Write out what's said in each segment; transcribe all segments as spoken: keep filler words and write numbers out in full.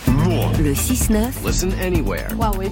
Le six neuf. Listen anywhere.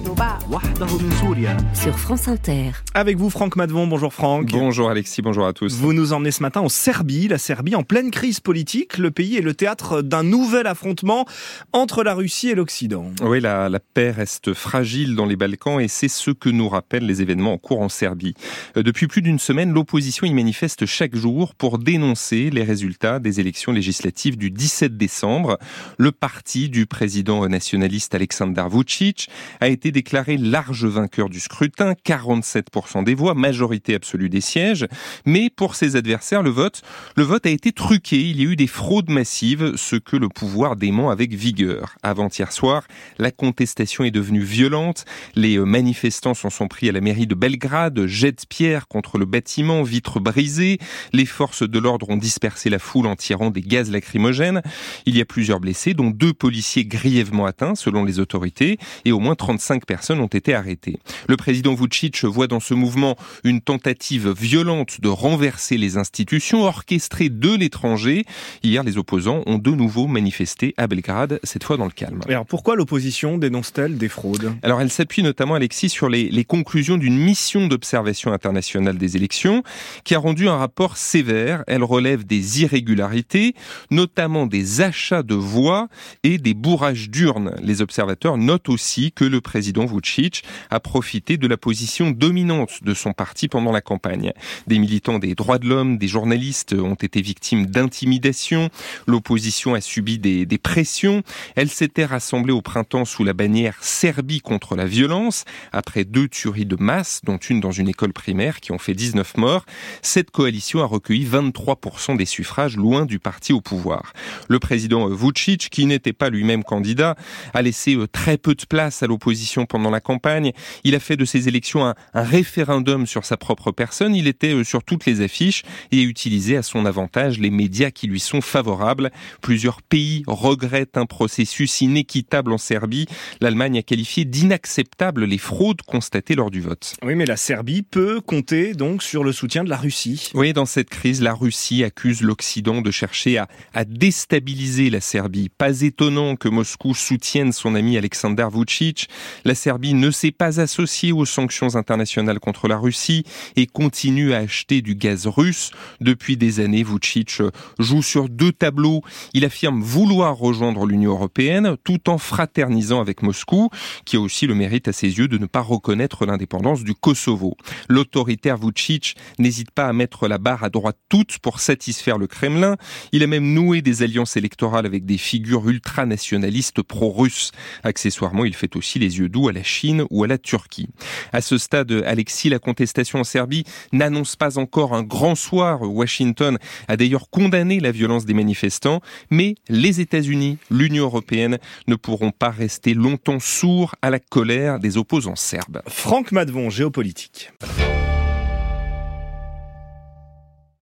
Sur France Inter. Avec vous, Franck Madvon. Bonjour Franck. Bonjour Alexis, bonjour à tous. Vous nous emmenez ce matin en Serbie. La Serbie en pleine crise politique. Le pays est le théâtre d'un nouvel affrontement entre la Russie et l'Occident. Oui, la, la paix reste fragile dans les Balkans et c'est ce que nous rappellent les événements en cours en Serbie. Depuis plus d'une semaine, l'opposition y manifeste chaque jour pour dénoncer les résultats des élections législatives du dix-sept décembre. Le parti du président nationaliste Aleksandar Vučić a été déclaré large vainqueur du scrutin, quarante-sept pour cent des voix, majorité absolue des sièges. Mais pour ses adversaires, le vote, le vote a été truqué. Il y a eu des fraudes massives, ce que le pouvoir dément avec vigueur. Avant-hier soir, la contestation est devenue violente. Les manifestants s'en sont pris à la mairie de Belgrade, jets de pierre contre le bâtiment, vitres brisées. Les forces de l'ordre ont dispersé la foule en tirant des gaz lacrymogènes. Il y a plusieurs blessés, dont deux policiers grièvement atteints, selon les autorités, et au moins trente-cinq personnes ont été arrêtées. Le président Vučić voit dans ce mouvement une tentative violente de renverser les institutions, orchestrée de l'étranger. Hier, les opposants ont de nouveau manifesté à Belgrade, cette fois dans le calme. Et alors pourquoi l'opposition dénonce-t-elle des fraudes ? Alors elle s'appuie notamment, Alexis, sur les, les conclusions d'une mission d'observation internationale des élections qui a rendu un rapport sévère. Elle relève des irrégularités, notamment des achats de voix et des bourrages d'urnes. Les observateurs notent aussi que le président Vučić a profité de la position dominante de son parti pendant la campagne. Des militants des droits de l'homme, des journalistes ont été victimes d'intimidation. L'opposition a subi des, des pressions. Elle s'était rassemblée au printemps sous la bannière Serbie contre la violence, après deux tueries de masse, dont une dans une école primaire qui ont fait dix-neuf morts. Cette coalition a recueilli vingt-trois pour cent des suffrages, loin du parti au pouvoir. Le président Vučić, qui n'était pas lui-même candidat, a laissé très peu de place à l'opposition pendant la campagne. Il a fait de ces élections un, un référendum sur sa propre personne. Il était sur toutes les affiches et a utilisé à son avantage les médias qui lui sont favorables. Plusieurs pays regrettent un processus inéquitable en Serbie. L'Allemagne a qualifié d'inacceptable les fraudes constatées lors du vote. Oui, mais la Serbie peut compter donc sur le soutien de la Russie. Oui, dans cette crise, la Russie accuse l'Occident de chercher à, à déstabiliser la Serbie. Pas étonnant que Moscou soutienne son ami Aleksandar Vučić. La Serbie ne s'est pas associée aux sanctions internationales contre la Russie et continue à acheter du gaz russe. Depuis des années, Vučić joue sur deux tableaux. Il affirme vouloir rejoindre l'Union européenne tout en fraternisant avec Moscou, qui a aussi le mérite à ses yeux de ne pas reconnaître l'indépendance du Kosovo. L'autoritaire Vučić n'hésite pas à mettre la barre à droite toute pour satisfaire le Kremlin. Il a même noué des alliances électorales avec des figures ultranationalistes pro-russes. Accessoirement, il fait aussi les yeux doux à la Chine ou à la Turquie. À ce stade, Alexis, la contestation en Serbie n'annonce pas encore un grand soir. Washington a d'ailleurs condamné la violence des manifestants, mais les États-Unis, l'Union européenne ne pourront pas rester longtemps sourds à la colère des opposants serbes. Franck Madvon, géopolitique.